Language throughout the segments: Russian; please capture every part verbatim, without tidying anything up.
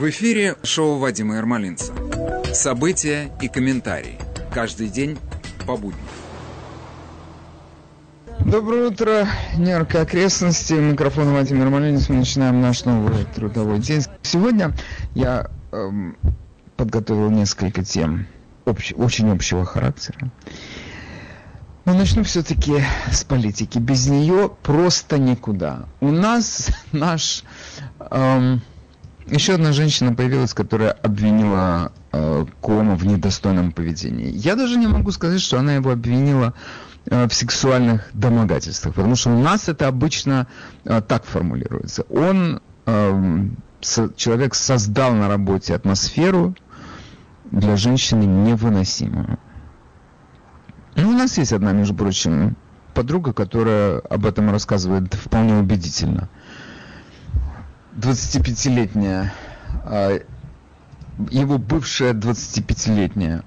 В эфире шоу Вадима Ермолинца. События и комментарии. Каждый день по будням. Доброе утро, Нью-Йорк и окрестности. Микрофон Вадим Ермолинец. Мы начинаем наш новый трудовой день. Сегодня я эм, подготовил несколько тем общ, очень общего характера. Но начну все-таки с политики. Без нее просто никуда. У нас наш... Эм, еще одна женщина появилась, которая обвинила э, Куомо в недостойном поведении. Я даже не могу сказать, что она его обвинила э, в сексуальных домогательствах, потому что у нас это обычно э, так формулируется. Он, э, со, человек создал на работе атмосферу для женщины невыносимую. Ну, у нас есть одна, между прочим, подруга, которая об этом рассказывает вполне убедительно. двадцатипятилетняя, его бывшая двадцатипятилетняя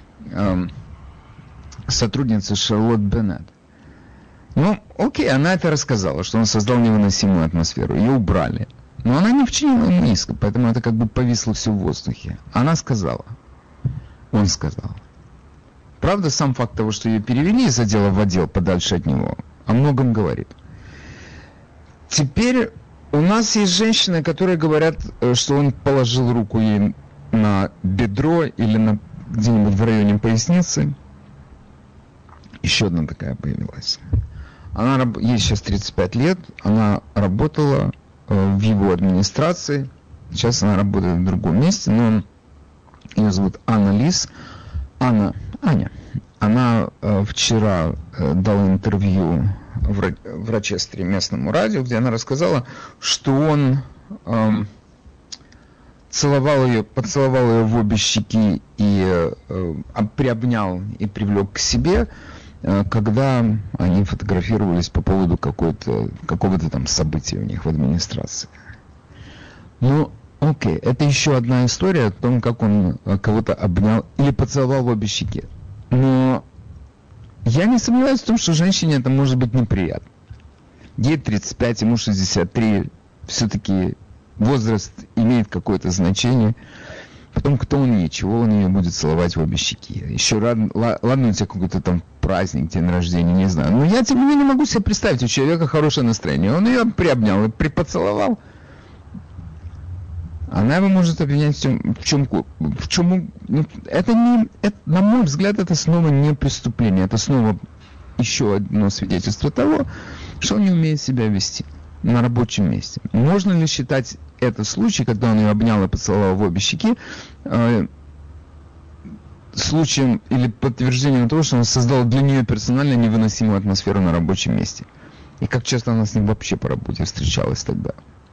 сотрудница Шарлотт Беннет. Ну, окей, она это рассказала, что он создал невыносимую атмосферу. Ее убрали. Но она не вчинила ему иска, поэтому это как бы повисло все в воздухе. Она сказала. Он сказал. Правда, сам факт того, что ее перевели из отдела в отдел подальше от него, о многом говорит. Теперь... У нас есть женщины, которые говорят, что он положил руку ей на бедро или на где-нибудь в районе поясницы. Еще одна такая появилась. Она, ей сейчас тридцать пять лет, она работала в его администрации. Сейчас она работает в другом месте, но ее зовут Анна Лис. Анна, Аня. Она вчера дала интервью в Рочестере местному радио, где она рассказала, что он эм, целовал ее, поцеловал ее в обе щеки и э, приобнял и привлек к себе, э, когда они фотографировались по поводу какой-то, какого-то там события у них в администрации. Ну, окей, это еще одна история о том, как он кого-то обнял или поцеловал в обе щеки. Но я не сомневаюсь в том, что женщине это может быть неприятно. Ей тридцать пять, ему шестьдесят три. Все-таки возраст имеет какое-то значение. Потом, кто он ей, чего он ее будет целовать в обе щеки. Еще ладно, ладно у тебя какой-то там праздник, день рождения, не знаю. Но я тем не менее могу себе представить, у человека хорошее настроение. Он ее приобнял и припоцеловал. Она его может обвинять в чем, в чем, в чем ну, это не, это, на мой взгляд, это снова не преступление, это снова еще одно свидетельство того, что он не умеет себя вести на рабочем месте. Можно ли считать это случай, когда он ее обнял и поцеловал в обе щеки, э, случаем или подтверждением того, что он создал для нее персонально невыносимую атмосферу на рабочем месте? И как часто она с ним вообще по работе встречалась тогда?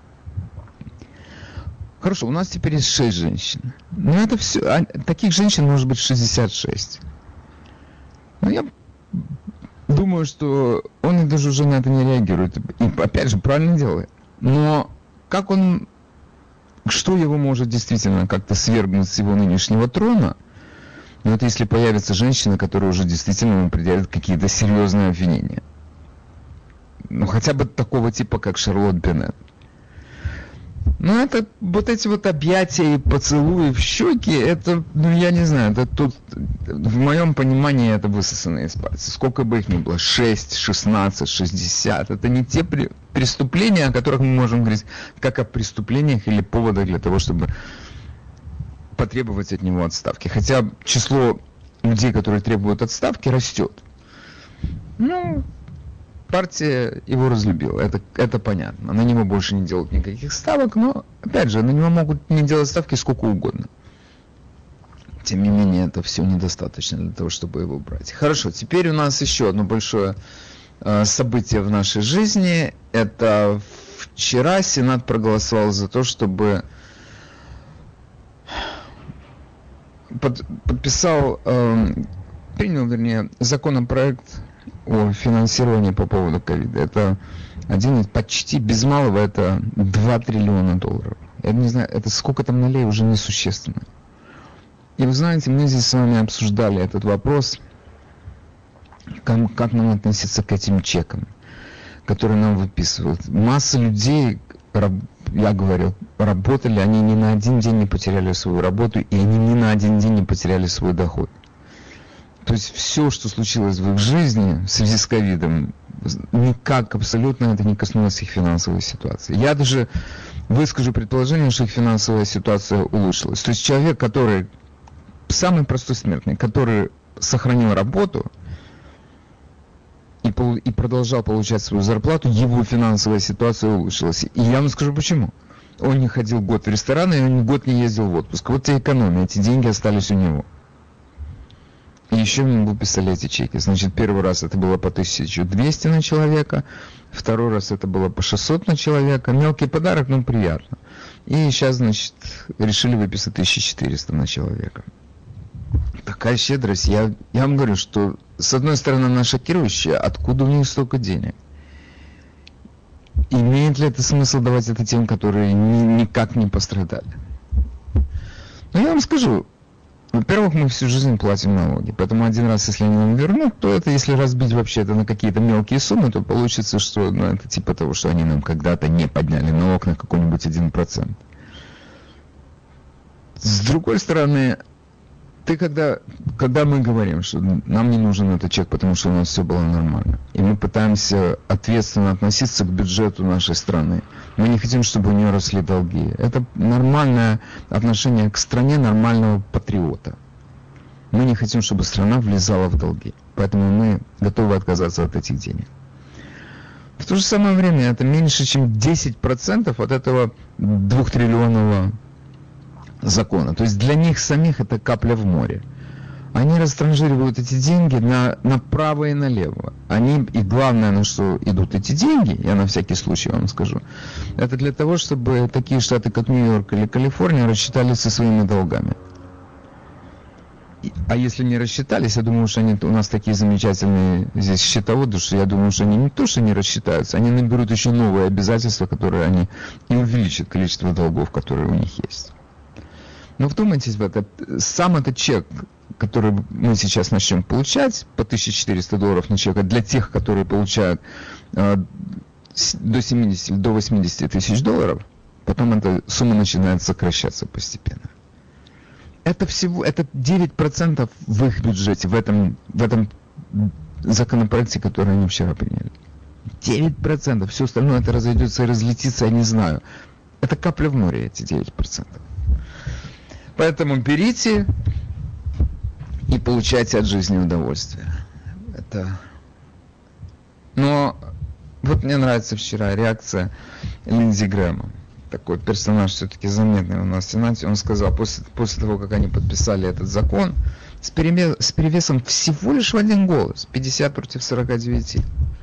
Хорошо, у нас теперь есть шесть женщин. Но это все... А, таких женщин может быть шестьдесят шесть. Но я думаю, что он даже уже на это не реагирует. И, опять же, правильно делает. Но как он... Что его может действительно как-то свергнуть с его нынешнего трона? Ну, это если появится женщина, которая уже действительно ему предъявит какие-то серьезные обвинения. Ну, хотя бы такого типа, как Шарлотт Беннет. Ну, это вот эти вот объятия и поцелуи в щеки, это, ну, я не знаю, это тут, в моем понимании, это высосано из пальца. Сколько бы их ни было, шесть, шестнадцать, шестьдесят, это не те при, преступления, о которых мы можем говорить, как о преступлениях или поводах для того, чтобы потребовать от него отставки. Хотя число людей, которые требуют отставки, растет. Ну... Партия его разлюбила, это, это понятно. На него больше не делают никаких ставок, но, опять же, на него могут не делать ставки сколько угодно. Тем не менее, это все недостаточно для того, чтобы его убрать. Хорошо, теперь у нас еще одно большое э, событие в нашей жизни. Это вчера Сенат проголосовал за то, чтобы под, подписал, э, принял, вернее, законопроект о финансировании по поводу ковида. Это один из почти без малого, это два триллиона долларов. Я не знаю, это сколько там нулей уже несущественно. И вы знаете, мы здесь с вами обсуждали этот вопрос, как, как нам относиться к этим чекам, которые нам выписывают. Масса людей я говорил, работали, они ни на один день не потеряли свою работу, и они ни на один день не потеряли свой доход. То есть все, что случилось в их жизни в связи с ковидом, никак абсолютно это не коснулось их финансовой ситуации. Я даже выскажу предположение, что их финансовая ситуация улучшилась. То есть человек, который, самый простой смертный, который сохранил работу и, пол, и продолжал получать свою зарплату, его финансовая ситуация улучшилась. И я вам скажу почему. Он не ходил год в рестораны, и он год не ездил в отпуск. Вот тебе экономия, эти деньги остались у него. И еще ему выписали эти чеки. Значит, первый раз это было по тысяча двести на человека, второй раз это было по шестьсот на человека. Мелкий подарок, но приятно. И сейчас, значит, решили выписать тысяча четыреста на человека. Такая щедрость. Я, я вам говорю, что с одной стороны она шокирующая, откуда у них столько денег? Имеет ли это смысл давать это тем, которые ни, никак не пострадали? Но я вам скажу, во-первых, мы всю жизнь платим налоги, поэтому один раз, если они нам вернут, то это, если разбить вообще это на какие-то мелкие суммы, то получится, что ну, это типа того, что они нам когда-то не подняли налог на какой-нибудь один процент. С другой стороны, ты когда, когда мы говорим, что нам не нужен этот чек, потому что у нас все было нормально, и мы пытаемся ответственно относиться к бюджету нашей страны, мы не хотим, чтобы у нее росли долги. Это нормальное отношение к стране нормального патриота. Мы не хотим, чтобы страна влезала в долги, поэтому мы готовы отказаться от этих денег. В то же самое время это меньше, чем десять процентов от этого двухтриллионного закона. То есть для них самих это капля в море. Они растранжиривают эти деньги на, направо и налево. Они, и главное, на что идут эти деньги, я на всякий случай вам скажу, это для того, чтобы такие штаты, как Нью-Йорк или Калифорния, рассчитались со своими долгами. И, а если не рассчитались, я думаю, что они у нас такие замечательные здесь счетоводы, что я думаю, что они не то, что не рассчитаются, они наберут еще новые обязательства, которые они и увеличат количество долгов, которые у них есть. Но вдумайтесь в это, сам этот чек, который мы сейчас начнем получать, по тысяча четыреста долларов на человека, для тех, которые получают э, до семидесяти, до восьмидесяти тысяч долларов, потом эта сумма начинает сокращаться постепенно. Это всего, это девять процентов в их бюджете, в этом, в этом законопроекте, который они вчера приняли. девять процентов, все остальное это разойдется и разлетится, я не знаю. Это капля в море, эти девять процентов. Поэтому берите и получайте от жизни удовольствие. Это... Но вот мне нравится вчера реакция Линдзи Грэма. Такой персонаж все-таки заметный у нас в Сенате. Он сказал, после, после того, как они подписали этот закон, с, перевес, с перевесом всего лишь в один голос, пятьдесят против сорока девяти.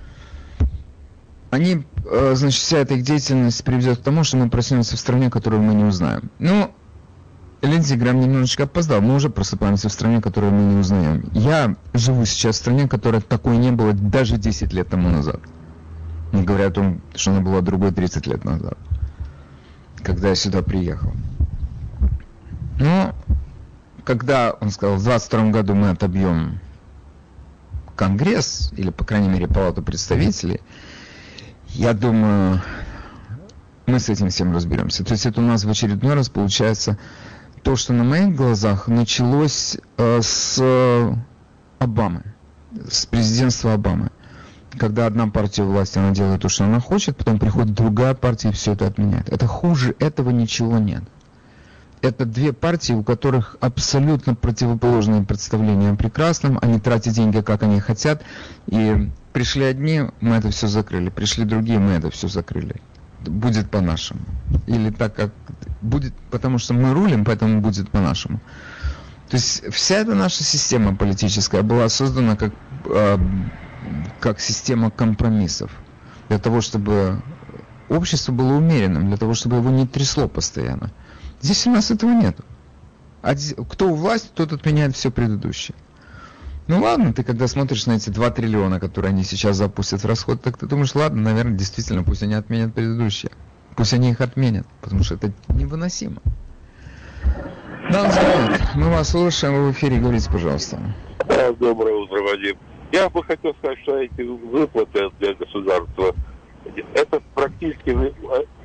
Они, значит, вся эта их деятельность приведет к тому, что мы проснемся в стране, которую мы не узнаем. Ну, Линдзи Грэм немножечко опоздал, мы уже просыпаемся в стране, которую мы не узнаем. Я живу сейчас в стране, которой такой не было даже десять лет тому назад. Не говоря о том, что она была другой тридцать лет назад, когда я сюда приехал. Но, когда он сказал, в двадцать втором году мы отобьем Конгресс, или, по крайней мере, Палату представителей, я думаю, мы с этим всем разберемся. То есть это у нас в очередной раз получается то, что на моих глазах началось э, с э, Обамы, с президентства Обамы. Когда одна партия власти, она делает то, что она хочет, потом приходит другая партия и все это отменяет. Это хуже этого ничего нет. Это две партии, у которых абсолютно противоположные представления о прекрасном, они тратят деньги, как они хотят, и пришли одни, мы это все закрыли, пришли другие, мы это все закрыли. Будет по-нашему. Или так, как будет, потому что мы рулим, поэтому будет по-нашему. То есть вся эта наша система политическая была создана как, э, как система компромиссов. Для того, чтобы общество было умеренным, для того, чтобы его не трясло постоянно. Здесь у нас этого нет. Кто у власти, тот отменяет все предыдущее. Ну ладно, ты когда смотришь на эти два триллиона, которые они сейчас запустят в расход, так ты думаешь, ладно, наверное, действительно, пусть они отменят предыдущие. Пусть они их отменят, потому что это невыносимо. Да, звонок. Мы вас слушаем, вы в эфире, говорите, пожалуйста. Доброе утро, Вадим. Я бы хотел сказать, что эти выплаты для государства, это практически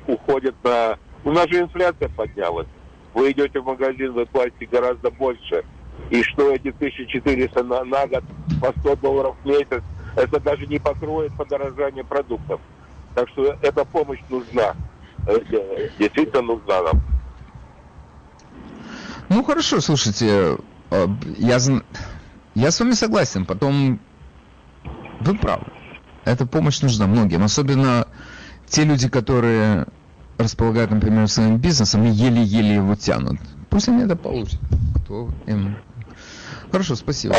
уходят на... У нас же инфляция поднялась. Вы идете в магазин, вы платите гораздо больше. И что эти тысяча четыреста на, на год по сто долларов в месяц, это даже не покроет подорожание продуктов. Так что эта помощь нужна. Действительно нужна нам. Ну хорошо, слушайте, я, я с вами согласен. Потом вы правы. Эта помощь нужна многим. Особенно те люди, которые располагают, например, своим бизнесом и еле-еле его тянут. Пусть они это получат. Кто им... Хорошо, спасибо.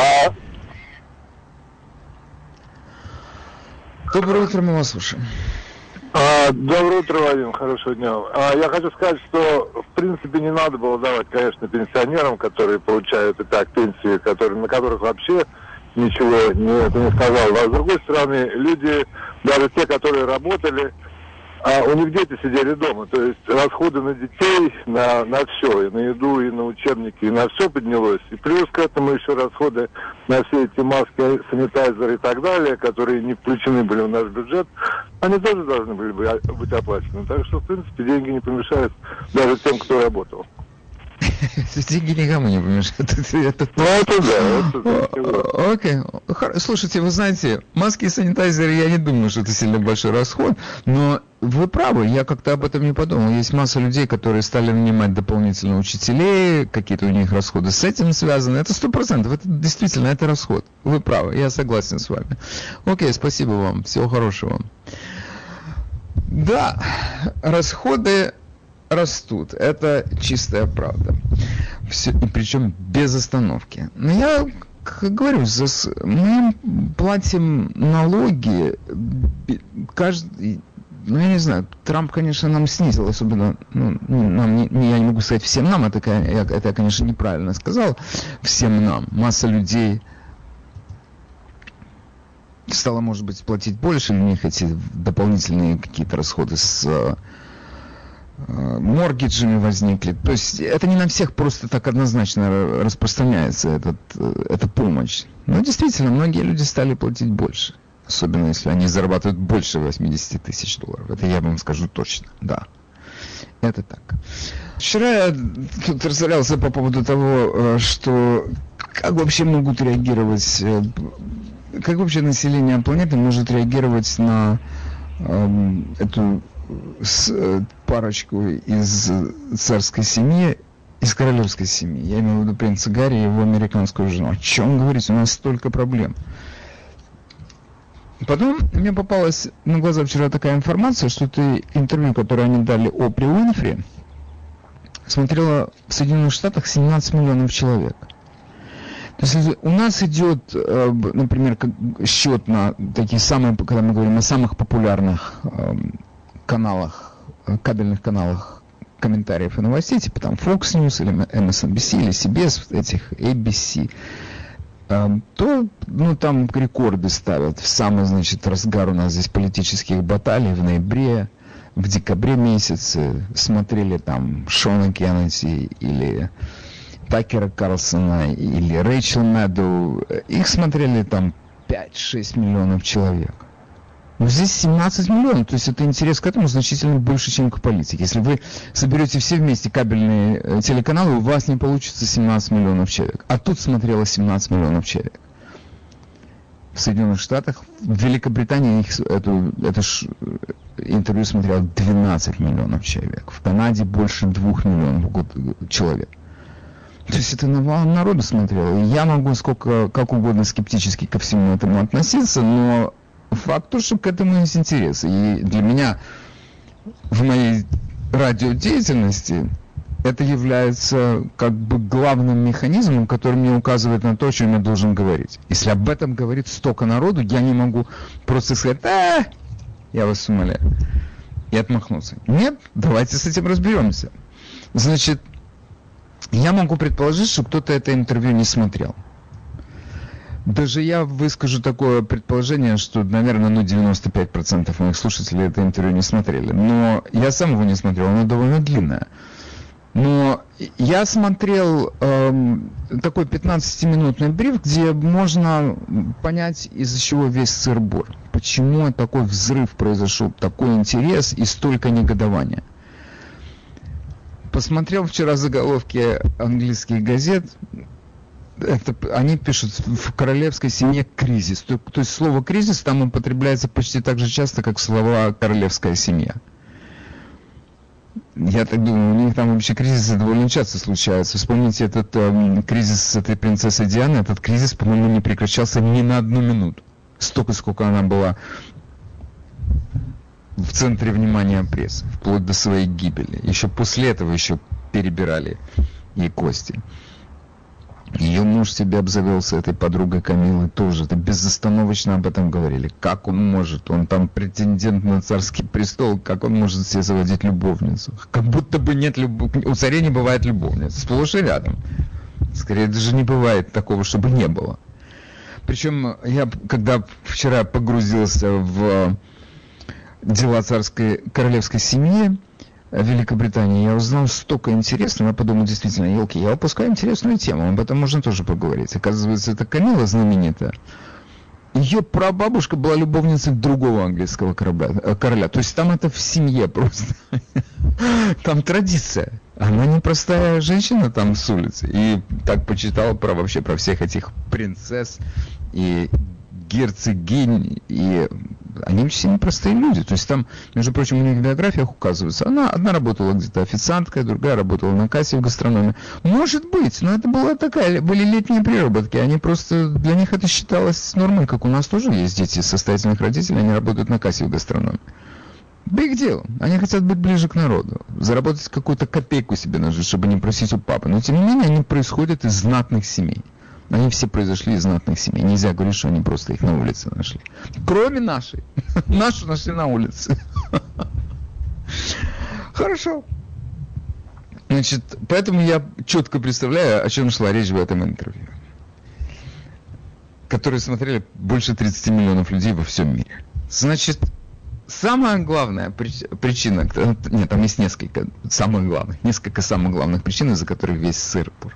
Доброе утро, мы вас слушаем. А, доброе утро, Вадим, хорошего дня. А, я хочу сказать, что в принципе не надо было давать, конечно, пенсионерам, которые получают и так пенсии, которые, на которых вообще ничего не, это не сказал. А с другой стороны, люди, даже те, которые работали, а у них дети сидели дома. То есть расходы на детей, на, на все, и на еду, и на учебники, и на все поднялось. И плюс к этому еще расходы на все эти маски, санитайзеры и так далее, которые не включены были в наш бюджет, они тоже должны были быть оплачены. Так что, в принципе, деньги не помешают даже тем, кто работал. Деньги никому не помешают. Это... Ну, это да. Это... Окей. Слушайте, вы знаете, маски и санитайзеры, я не думаю, что это сильно большой расход, но вы правы, я как-то об этом не подумал. Есть масса людей, которые стали нанимать дополнительно учителей, какие-то у них расходы с этим связаны. Это сто процентов, это действительно, это расход. Вы правы, я согласен с вами. Окей, спасибо вам, всего хорошего. Да, расходы растут, это чистая правда. Все, и причем без остановки. Но я, как говорю, за, мы платим налоги каждый, ну я не знаю, Трамп, конечно, нам снизил, особенно, ну, нам, не, не, я не могу сказать всем нам, это, это я, конечно, неправильно сказал, всем нам, масса людей стала, может быть, платить больше, у них эти дополнительные какие-то расходы с моргиджами возникли. То есть это не на всех просто так однозначно распространяется, этот, эта помощь. Но действительно, многие люди стали платить больше. Особенно, если они зарабатывают больше восемьдесят тысяч долларов. Это я вам скажу точно, да. Это так. Вчера я тут разорялся по поводу того, что как вообще могут реагировать, как вообще население планеты может реагировать на э, эту с, парочку из царской семьи, из королевской семьи. Я имею в виду принца Гарри и его американскую жену. О чем говорить? У нас столько проблем. Потом мне попалась на глаза вчера такая информация, что это интервью, которое они дали Опре Уинфри, смотрело в Соединенных Штатах семнадцать миллионов человек. То есть у нас идет, например, счет на такие самые, когда мы говорим о самых популярных каналах, кабельных каналах комментариев и новостей, типа там Fox News или эм эс эн би си или си би эс, этих эй би си, то, ну, там рекорды ставят. В самый, значит, разгар у нас здесь политических баталий в ноябре, в декабре месяце смотрели там Шона Кеннеди или Такера Карлсона или Рэйчел Мэдоу. Их смотрели там пять-шесть миллионов человек. Но здесь семнадцать миллионов, то есть это интерес к этому значительно больше, чем к политике. Если вы соберете все вместе кабельные телеканалы, у вас не получится семнадцать миллионов человек. А тут смотрело семнадцать миллионов человек. В Соединенных Штатах, в Великобритании их, эту, это ж, интервью смотрело двенадцать миллионов человек. В Канаде больше двух миллионов человек. То есть это навалом народу смотрело. И я могу сколько, как угодно скептически ко всему этому относиться, но факт то, что к этому есть интерес. И для меня в моей радиодеятельности это является как бы главным механизмом, который мне указывает на то, о чем я должен говорить. Если об этом говорит столько народу, я не могу просто сказать: а, я вас умоляю, и отмахнуться. Нет, давайте с этим разберемся. Значит, я могу предположить, что кто-то это интервью не смотрел. Даже я выскажу такое предположение, что, наверное, ну, девяносто пять процентов моих слушателей это интервью не смотрели. Но я сам его не смотрел, оно довольно длинное. Но я смотрел эм, такой пятнадцатиминутный бриф, где можно понять, из-за чего весь сыр-бор. почему такой взрыв произошел, такой интерес и столько негодования. Посмотрел вчера заголовки английских газет. Это, они пишут в королевской семье кризис. То, то есть слово кризис там употребляется почти так же часто, как слова королевская семья. Я так думаю, у них там вообще кризисы довольно часто случаются. Вспомните этот э, кризис с этой принцессой Дианы. Этот кризис, по-моему, не прекращался ни на одну минуту. Столько, сколько она была в центре внимания прессы, вплоть до своей гибели. Еще после этого еще перебирали ей кости. Ее муж себе обзавелся этой подругой Камилы тоже. Это безостановочно об этом говорили. Как он может? Он там претендент на царский престол. Как он может себе заводить любовницу? Как будто бы нет любов... У царей не бывает любовниц. Сплошь и рядом. Скорее, даже не бывает такого, чтобы не было. Причем я, когда вчера погрузился в дела царской королевской семьи в Великобритании, я узнал столько интересного. Я подумал, действительно, елки, я упускаю интересную тему, об этом можно тоже поговорить. Оказывается, это Камила знаменитая. Ее прабабушка была любовницей другого английского короля, короля. То есть там это в семье просто. Там традиция. Она непростая женщина там с улицы. И так почитала про вообще про всех этих принцесс и герцогинь, и они все непростые люди. То есть там, между прочим, у них в биографиях указывается, она одна работала где-то официанткой, другая работала на кассе в гастрономе. Может быть, но это была такая, были летние приработки, они просто, для них это считалось нормой, как у нас тоже есть дети состоятельных родителей, они работают на кассе в гастрономе. Big deal. Они хотят быть ближе к народу, заработать какую-то копейку себе нажить, чтобы не просить у папы. Но тем не менее, они происходят из знатных семей. Они все произошли из знатных семей. Нельзя говорить, что они просто их на улице нашли. Кроме нашей. Нашу нашли на улице. Хорошо. Значит, поэтому я четко представляю, о чем шла речь в этом интервью. Которые смотрели больше тридцати миллионов людей во всем мире. Значит, самая главная причина, нет, там есть несколько самых главных, несколько самых главных причин, из-за которых весь сыр-пур.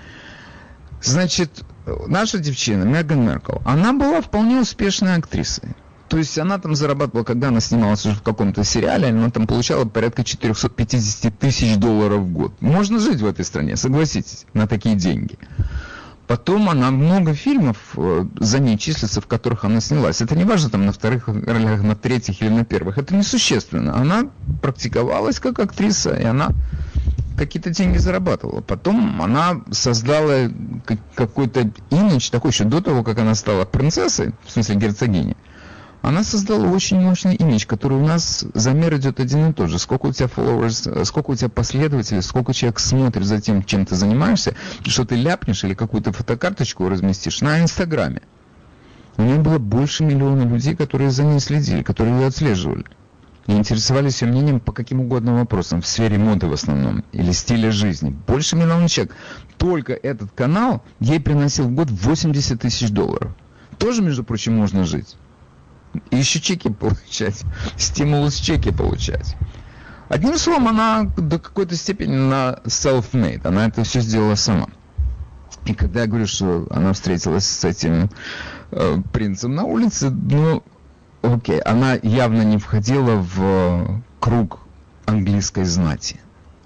Значит, наша девчина, Меган Меркл, она была вполне успешной актрисой. То есть она там зарабатывала, когда она снималась уже в каком-то сериале, она там получала порядка четыреста пятьдесят тысяч долларов в год. Можно жить в этой стране, согласитесь, на такие деньги. Потом она много фильмов за ней числится, в которых она снялась. Это не важно, там на вторых ролях, на третьих или на первых. Это несущественно. Она практиковалась как актриса, и она какие-то деньги зарабатывала. Потом она создала какой-то имидж, такой еще до того, как она стала принцессой, в смысле герцогиней. Она создала очень мощный имидж, который у нас замер идет один и тот же. Сколько у тебя followers, сколько у тебя последователей, сколько человек смотрит за тем, чем ты занимаешься, что ты ляпнешь или какую-то фотокарточку разместишь на Инстаграме. У нее было больше миллиона людей, которые за ней следили, которые ее отслеживали. И интересовались ее мнением по каким угодно вопросам, в сфере моды в основном, или стиля жизни. Больше миллиона человек. Только этот канал ей приносил в год восемьдесят тысяч долларов. Тоже, между прочим, можно жить. И еще чеки получать. Стимулус чеки получать. Одним словом, она до какой-то степени на self-made. Она это все сделала сама. И когда я говорю, что она встретилась с этим э, принцем на улице, ну... Окей, okay. Она явно не входила в круг английской знати.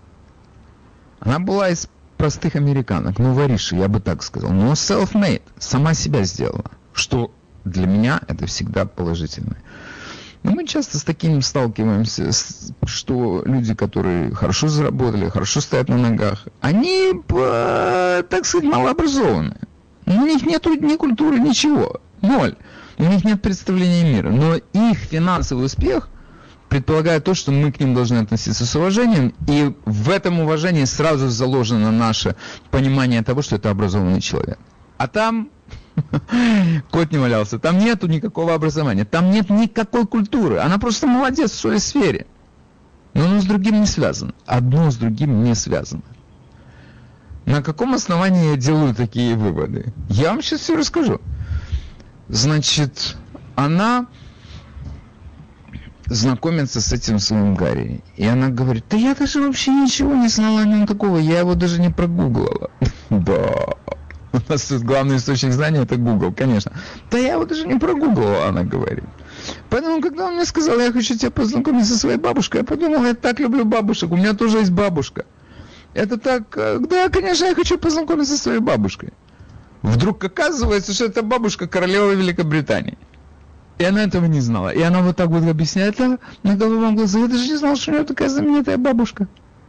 Она была из простых американок, ну, вориши, я бы так сказал. Но self-made, сама себя сделала. Что для меня это всегда положительно. Но мы часто с таким сталкиваемся, что люди, которые хорошо заработали, хорошо стоят на ногах, они, так сказать, малообразованные. У них нет ни культуры, ничего. Ноль. У них нет представления мира, но их финансовый успех предполагает то, что мы к ним должны относиться с уважением, и в этом уважении сразу заложено наше понимание того, что это образованный человек. А там кот не валялся, там нету никакого образования, там нет никакой культуры, она просто молодец в своей сфере. Но оно с другим не связано, одно с другим не связано. На каком основании я делаю такие выводы? Я вам сейчас все расскажу. Значит, она знакомится с этим своим Гарри. И она говорит, да я даже вообще ничего не знала о нем такого, я его даже не прогуглила. Да, у нас тут главный источник знания это Google, конечно. Да я его даже не прогуглила, она говорит. Поэтому, когда он мне сказал, я хочу тебя познакомить со своей бабушкой, я подумал, я так люблю бабушек, у меня тоже есть бабушка. Это так, да, конечно, я хочу познакомиться со своей бабушкой. Вдруг оказывается, что это бабушка королевы Великобритании. И она этого не знала. И она вот так вот объясняет, а на голову глаза, я даже не знала, что у нее такая знаменитая бабушка.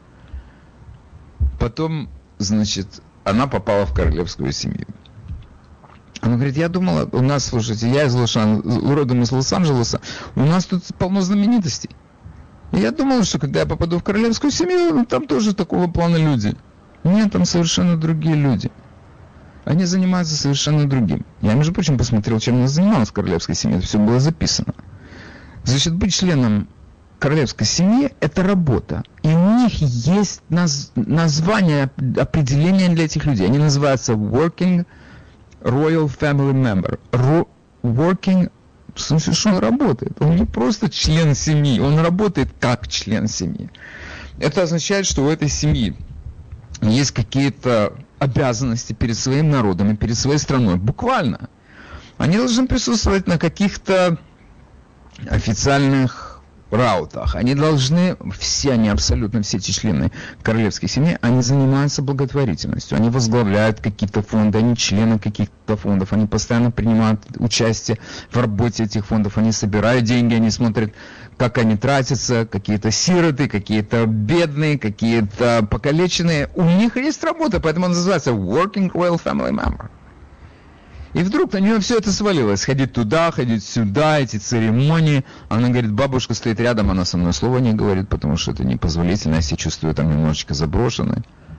Потом, значит, она попала в королевскую семью. Она говорит, я думала, у нас, слушайте, я из Лос-Анджелеса, родом из Лос-Анджелеса, у нас тут полно знаменитостей. И я думала, что когда я попаду в королевскую семью, ну, там тоже такого плана люди. Нет, там совершенно другие люди. Они занимаются совершенно другим. Я, между прочим, посмотрел, чем она занималась в королевской семье. Это все было записано. Значит, быть членом королевской семьи – это работа. И у них есть наз... название, определение для этих людей. Они называются Working Royal Family Member. Ro... Working, в смысле, что он работает. Он не просто член семьи, он работает как член семьи. Это означает, что у этой семьи есть какие-то обязанности перед своим народом и перед своей страной. Буквально. Они должны присутствовать на каких-то официальных раутах. Они должны, все они, абсолютно все эти члены королевской семьи, они занимаются благотворительностью. Они возглавляют какие-то фонды, они члены каких-то фондов. Они постоянно принимают участие в работе этих фондов. Они собирают деньги, они смотрят, как они тратятся, какие-то сироты, какие-то бедные, какие-то покалеченные. У них есть работа, поэтому она называется Working Royal Family Member. И вдруг на нее все это свалилось. Ходить туда, ходить сюда, эти церемонии. Она говорит, бабушка стоит рядом, она со мной слова не говорит, потому что это непозволительно, я себя чувствую там немножечко заброшенной.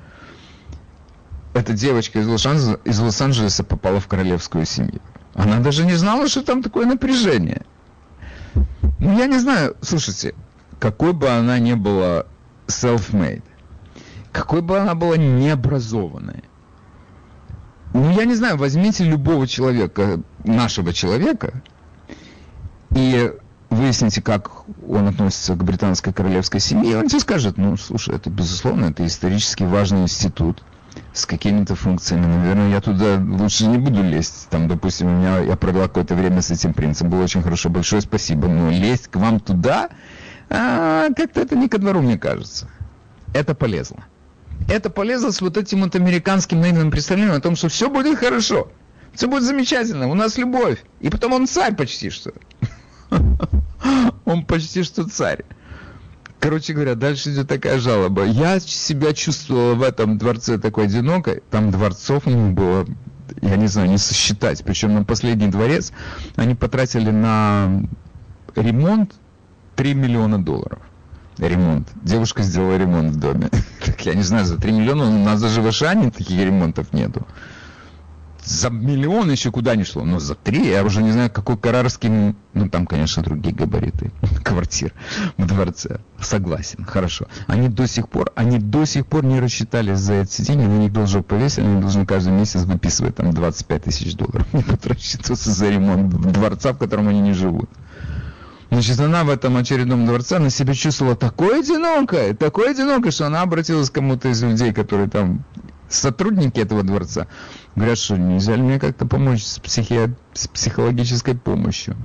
Эта девочка из Лос-Анджелеса, из Лос-Анджелеса попала в королевскую семью. Она даже не знала, что там такое напряжение. Ну, я не знаю, слушайте, какой бы она ни была self-made, какой бы она была необразованной, ну, я не знаю, возьмите любого человека, нашего человека, и выясните, как он относится к британской королевской семье, и он тебе скажет, ну, слушай, это, безусловно, это исторически важный институт с какими-то функциями. Наверное, я туда лучше не буду лезть. Там, допустим, у меня, я провела какое-то время с этим принцем, было очень хорошо, большое спасибо, но лезть к вам туда, а, как-то это не ко двору, мне кажется. Это полезно. Это полезно с вот этим вот американским наивным представлением о том, что все будет хорошо, все будет замечательно, у нас любовь. И потом он царь почти что. Он почти что царь. Короче говоря, дальше идет такая жалоба. Я себя чувствовала в этом дворце такой одинокой. Там дворцов у них было, я не знаю, не сосчитать. Причем на последний дворец они потратили на ремонт три миллиона долларов. Ремонт. Девушка сделала ремонт в доме. Так, я не знаю, за три миллиона у нас даже в Ашане таких ремонтов нету. За миллион еще куда ни шло, но за три я уже не знаю, какой карарский, ну там, конечно, другие габариты квартир в дворце. Согласен, хорошо. Они до сих пор, они до сих пор не рассчитались за эти деньги, на них должок повесили, они должны каждый месяц выписывать там двадцать пять тысяч долларов. Не будут рассчитываться за ремонт дворца, в котором они не живут. Значит, она в этом очередном дворце, она себя чувствовала такой одинокой, такой одинокой, что она обратилась к кому-то из людей, которые там, сотрудники этого дворца, говорят, что нельзя ли мне как-то помочь с, психи... с психологической помощью.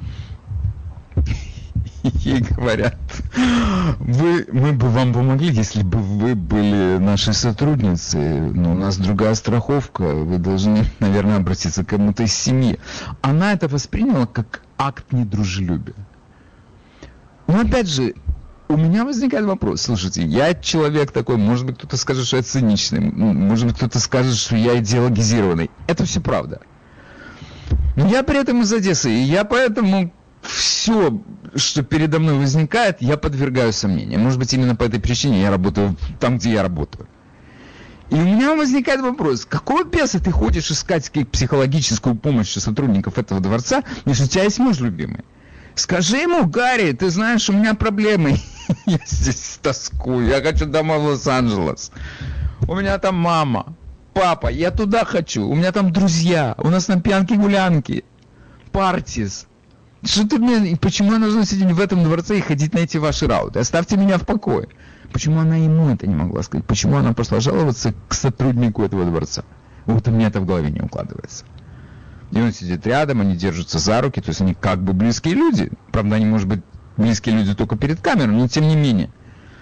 Ей говорят, вы, мы бы вам помогли, если бы вы были нашей сотрудницей, но у нас другая страховка, вы должны, наверное, обратиться к кому-то из семьи. Она это восприняла как акт недружелюбия. Но опять же, у меня возникает вопрос. Слушайте, я человек такой, может быть, кто-то скажет, что я циничный, может быть, кто-то скажет, что я идеологизированный. Это все правда. Но я при этом из Одессы, и я поэтому все, что передо мной возникает, я подвергаю сомнению. Может быть, именно по этой причине я работаю там, где я работаю. И у меня возникает вопрос, какого беса ты ходишь искать психологическую помощь у сотрудников этого дворца, если у тебя есть муж любимый? Скажи ему, Гарри, ты знаешь, у меня проблемы. Я здесь тоскую, я хочу домой в Лос-Анджелес. У меня там мама, папа, я туда хочу. У меня там друзья, у нас там пьянки-гулянки, партис. Что ты мне, почему я должна сидеть в этом дворце и ходить на эти ваши рауты? Оставьте меня в покое. Почему она ему это не могла сказать? Почему она пошла жаловаться к сотруднику этого дворца? Вот у меня это в голове не укладывается. И он сидит рядом, они держатся за руки, то есть они как бы близкие люди. Правда, они, может быть, близкие люди только перед камерой, но тем не менее.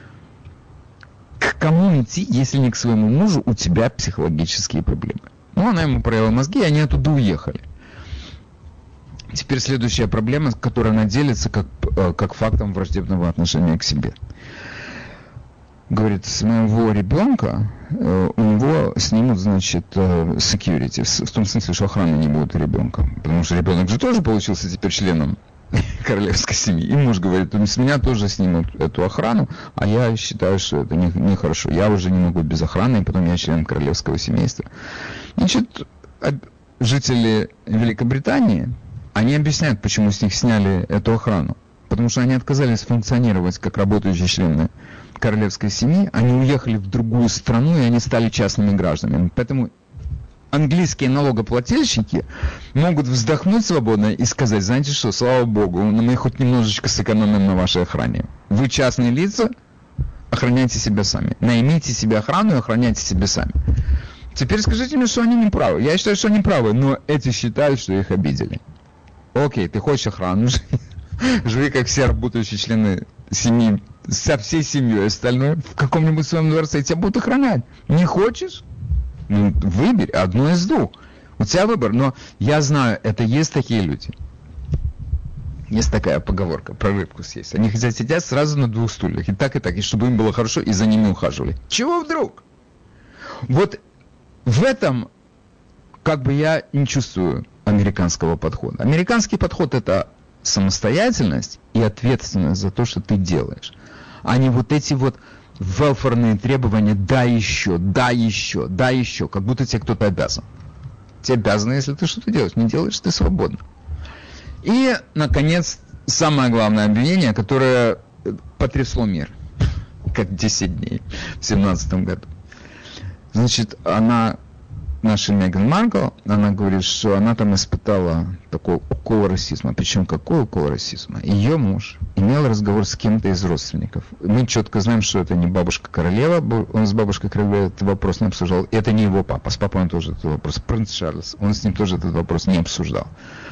К кому идти, если не к своему мужу, у тебя психологические проблемы? Ну, она ему проявила мозги, и они оттуда уехали. Теперь следующая проблема, которая она делится как, как фактом враждебного отношения к себе. Говорит, с моего ребенка э, у него снимут, значит, э, security, в, в том смысле, что охраны не будет у ребенка. Потому что ребенок же тоже получился теперь членом королевской семьи. И муж говорит, с меня тоже снимут эту охрану, а я считаю, что это нехорошо. Не, не я уже не могу без охраны, и потом я член королевского семейства. Значит, жители Великобритании, они объясняют, почему с них сняли эту охрану. Потому что они отказались функционировать как работающие члены королевской семьи, они уехали в другую страну, и они стали частными гражданами. Поэтому английские налогоплательщики могут вздохнуть свободно и сказать, знаете что, слава богу, мы хоть немножечко сэкономим на вашей охране. Вы частные лица, охраняйте себя сами. Наймите себе охрану и охраняйте себя сами. Теперь скажите мне, что они не правы. Я считаю, что они правы, но эти считают, что их обидели. Окей, ты хочешь охрану, живи как все работающие члены семьи, со всей семьей остальной, в каком-нибудь своем дворце, тебя будут охранять. Не хочешь? Ну, выбери одно из двух. У тебя выбор. Но я знаю, это есть такие люди. Есть такая поговорка про рыбку съесть. Они хотят сидеть сразу на двух стульях. И так, и так. И чтобы им было хорошо, и за ними ухаживали. Чего вдруг? Вот в этом как бы я не чувствую американского подхода. Американский подход — это самостоятельность и ответственность за то, что ты делаешь. А не вот эти вот велфорные требования «да еще, да еще, да еще», как будто тебе кто-то обязан. Тебе обязаны, если ты что-то делаешь. Не делаешь, ты свободен. И, наконец, самое главное обвинение, которое потрясло мир, как десять дней в семнадцатом году. Значит, она, наша Меган Маркл, она говорит, что она там испытала такой укол расизма. Причем какой укол расизма? Ее муж имел разговор с кем-то из родственников. Мы четко знаем, что это не бабушка королева, он с бабушкой королевой этот вопрос не обсуждал. И это не его папа, с папой он тоже этот вопрос. Принц Чарльз, он с ним тоже этот вопрос не обсуждал.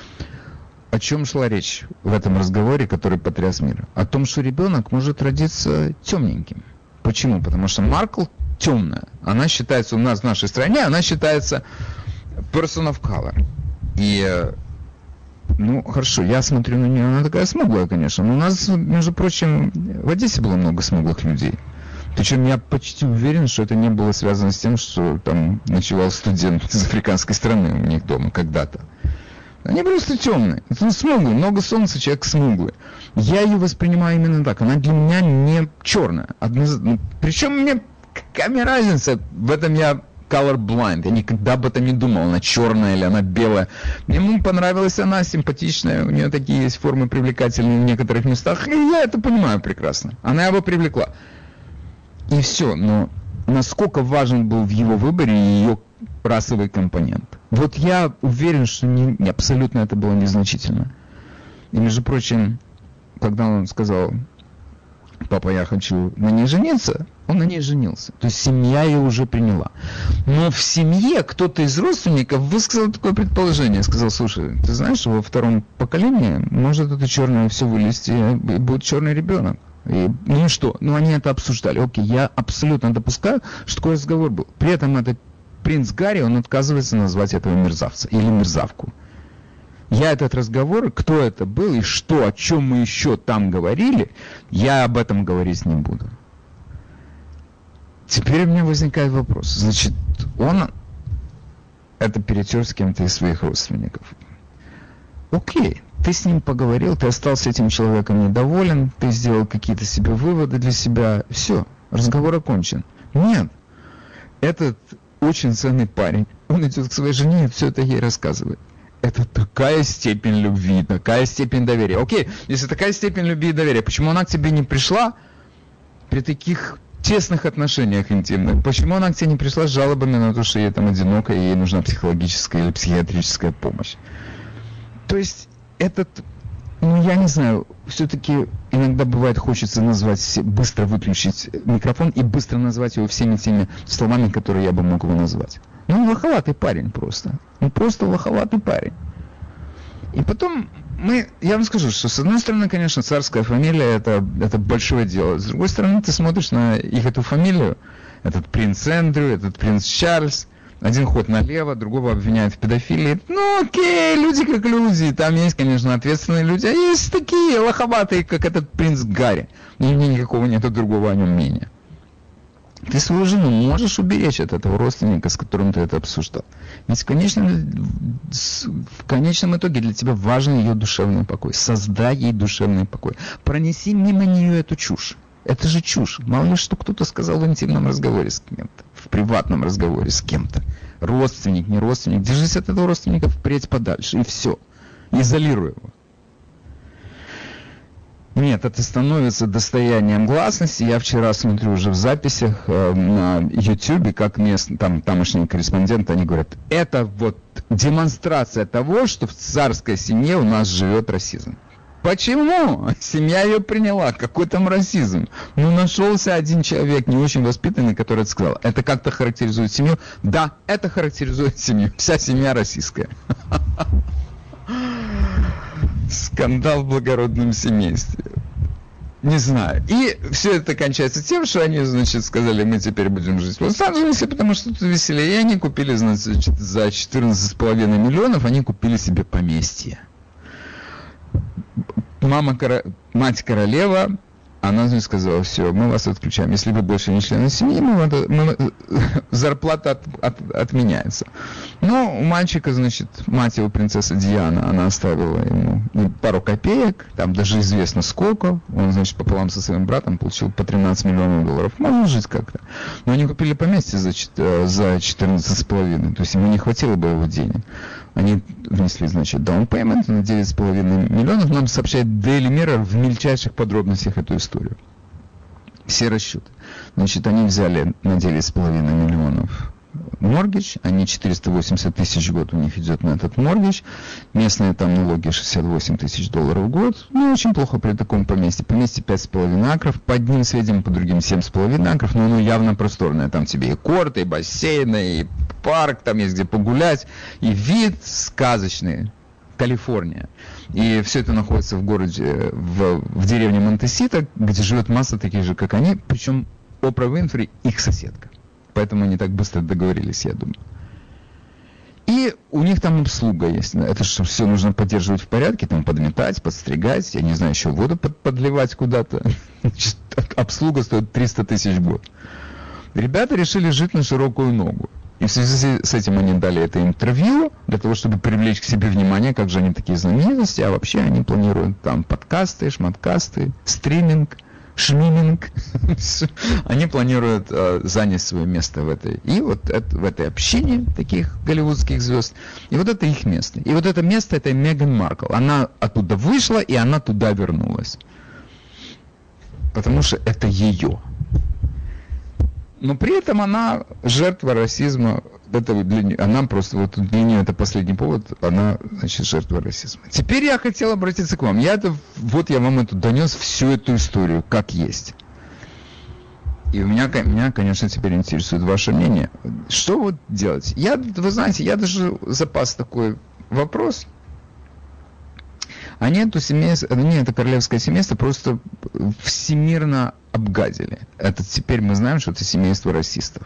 О чем шла речь в этом разговоре, который потряс мир? О том, что ребенок может родиться темненьким. Почему? Потому что Маркл темная. Она считается у нас в нашей стране, она считается person of color. И, ну, хорошо, я смотрю на нее, она такая смуглая, конечно. Но у нас, между прочим, в Одессе было много смуглых людей. Причем я почти уверен, что это не было связано с тем, что там ночевал студент из африканской страны у них дома когда-то. Они просто темные. Это смуглые, много солнца, человек смуглый. Я ее воспринимаю именно так. Она для меня не черная. Одноз... Причем мне какая мне разница? В этом я colorblind. Я никогда об этом не думал. Она черная или она белая. Мне понравилась она, симпатичная. У нее такие есть формы привлекательные в некоторых местах. И я это понимаю прекрасно. Она его привлекла. И все. Но насколько важен был в его выборе ее расовый компонент. Вот я уверен, что не, не, абсолютно это было незначительно. И, между прочим, когда он сказал, папа, я хочу на ней жениться, он на ней женился. То есть семья ее уже приняла. Но в семье кто-то из родственников высказал такое предположение. Сказал, слушай, ты знаешь, что во втором поколении может это черное все вылезти, и будет черный ребенок. И, ну и что? Ну они это обсуждали. Окей, я абсолютно допускаю, что такой разговор был. При этом этот принц Гарри, он отказывается назвать этого мерзавца или мерзавку. Я этот разговор, кто это был и что, о чем мы еще там говорили, я об этом говорить не буду. Теперь у меня возникает вопрос. Значит, он это перетер с кем-то из своих родственников. Окей, ты с ним поговорил, ты остался этим человеком недоволен, ты сделал какие-то себе выводы для себя. Все, разговор окончен. Нет, этот очень ценный парень, он идет к своей жене и все это ей рассказывает. Это такая степень любви, такая степень доверия. Окей, если такая степень любви и доверия, почему она к тебе не пришла при таких тесных отношениях интимных? Почему она к тебе не пришла с жалобами на то, что ей там одиноко, и ей нужна психологическая или психиатрическая помощь? То есть этот, ну я не знаю, все-таки иногда бывает хочется назвать, быстро выключить микрофон и быстро назвать его всеми теми словами, которые я бы мог его назвать. Ну, он лоховатый парень просто. Он просто лоховатый парень. И потом мы, я вам скажу, что с одной стороны, конечно, царская фамилия это, это большое дело. С другой стороны, ты смотришь на их эту фамилию, этот принц Эндрю, этот принц Чарльз, один ход налево, другого обвиняют в педофилии. Ну окей, люди как люди, там есть, конечно, ответственные люди, а есть такие лоховатые, как этот принц Гарри. И мне никакого нету другого о нем мнения. Ты свою жену можешь уберечь от этого родственника, с которым ты это обсуждал. Ведь в конечном, в конечном итоге для тебя важен ее душевный покой. Создай ей душевный покой. Пронеси мимо нее эту чушь. Это же чушь. Мало ли что кто-то сказал в интимном разговоре с кем-то. В приватном разговоре с кем-то. Родственник, не родственник. Держись от этого родственника впредь подальше. И все. Изолируй его. Нет, это становится достоянием гласности. Я вчера смотрю уже в записях э, на YouTube, как мест, там, тамошние корреспонденты, они говорят, это вот демонстрация того, что в царской семье у нас живет расизм. Почему? Семья ее приняла. Какой там расизм? Ну, нашелся один человек, не очень воспитанный, который это сказал. Это как-то характеризует семью? Да, это характеризует семью. Вся семья российская. Скандал в благородном семействе. Не знаю. И все это кончается тем, что они, значит, сказали, мы теперь будем жить в Лос-Анджелесе, потому что тут веселее. И они купили, значит, за четырнадцать с половиной миллионов, они купили себе поместье. Мама, мать королева, она, значит, сказала, все, мы вас отключаем. Если вы больше не члены семьи, мы, мы, зарплата от, от, отменяется. Но у мальчика, значит, мать его, принцесса Диана, она оставила ему пару копеек, там даже известно сколько. Он, значит, пополам со своим братом получил по тринадцать миллионов долларов. Можно жить как-то. Но они купили поместье за, за четырнадцать с половиной. То есть ему не хватило бы его денег. Они внесли, значит, down payment на девять с половиной миллионов. Нам сообщает Daily Mirror в мельчайших подробностях эту историю. Все расчеты. Значит, они взяли на девять с половиной миллионов моргидж, они четыреста восемьдесят тысяч в год у них идет на этот моргидж. Местные там налоги шестьдесят восемь тысяч долларов в год. Ну, очень плохо при таком поместье. Поместье пять с половиной акров, по одним сведениям, по другим семь с половиной акров, но оно явно просторное. Там тебе и корты, и бассейны, и парк, там есть где погулять, и вид сказочный. Калифорния. И все это находится в городе, в, в деревне Монтесита, где живет масса таких же, как они, причем Опра Уинфри их соседка. Поэтому они так быстро договорились, я думаю. И у них там обслуга есть. Это что, все нужно поддерживать в порядке, там подметать, подстригать, я не знаю, еще воду под, подливать куда-то. Значит, обслуга стоит триста тысяч в год. Ребята решили жить на широкую ногу. И в связи с этим они дали это интервью, для того, чтобы привлечь к себе внимание, как же они такие знаменитости, а вообще они планируют там подкасты, шматкасты, стриминг, шмиминг. Они планируют э, занять свое место в этой, и вот это, в этой общине таких голливудских звезд. И вот это их место. И вот это место, это Меган Маркл. Она оттуда вышла, и она туда вернулась. Потому что это ее. Но при этом она жертва расизма. Это для нее, она просто, вот для нее это последний повод, она, значит, жертва расизма. Теперь я хотел обратиться к вам. Я это, вот я вам эту донес всю эту историю, как есть. И у меня, меня, конечно, теперь интересует ваше мнение. Что вот делать? Я, вы знаете, я даже запас такой вопрос. Они эту семейство, они это королевское семейство просто всемирно обгадили. Это теперь мы знаем, что это семейство расистов.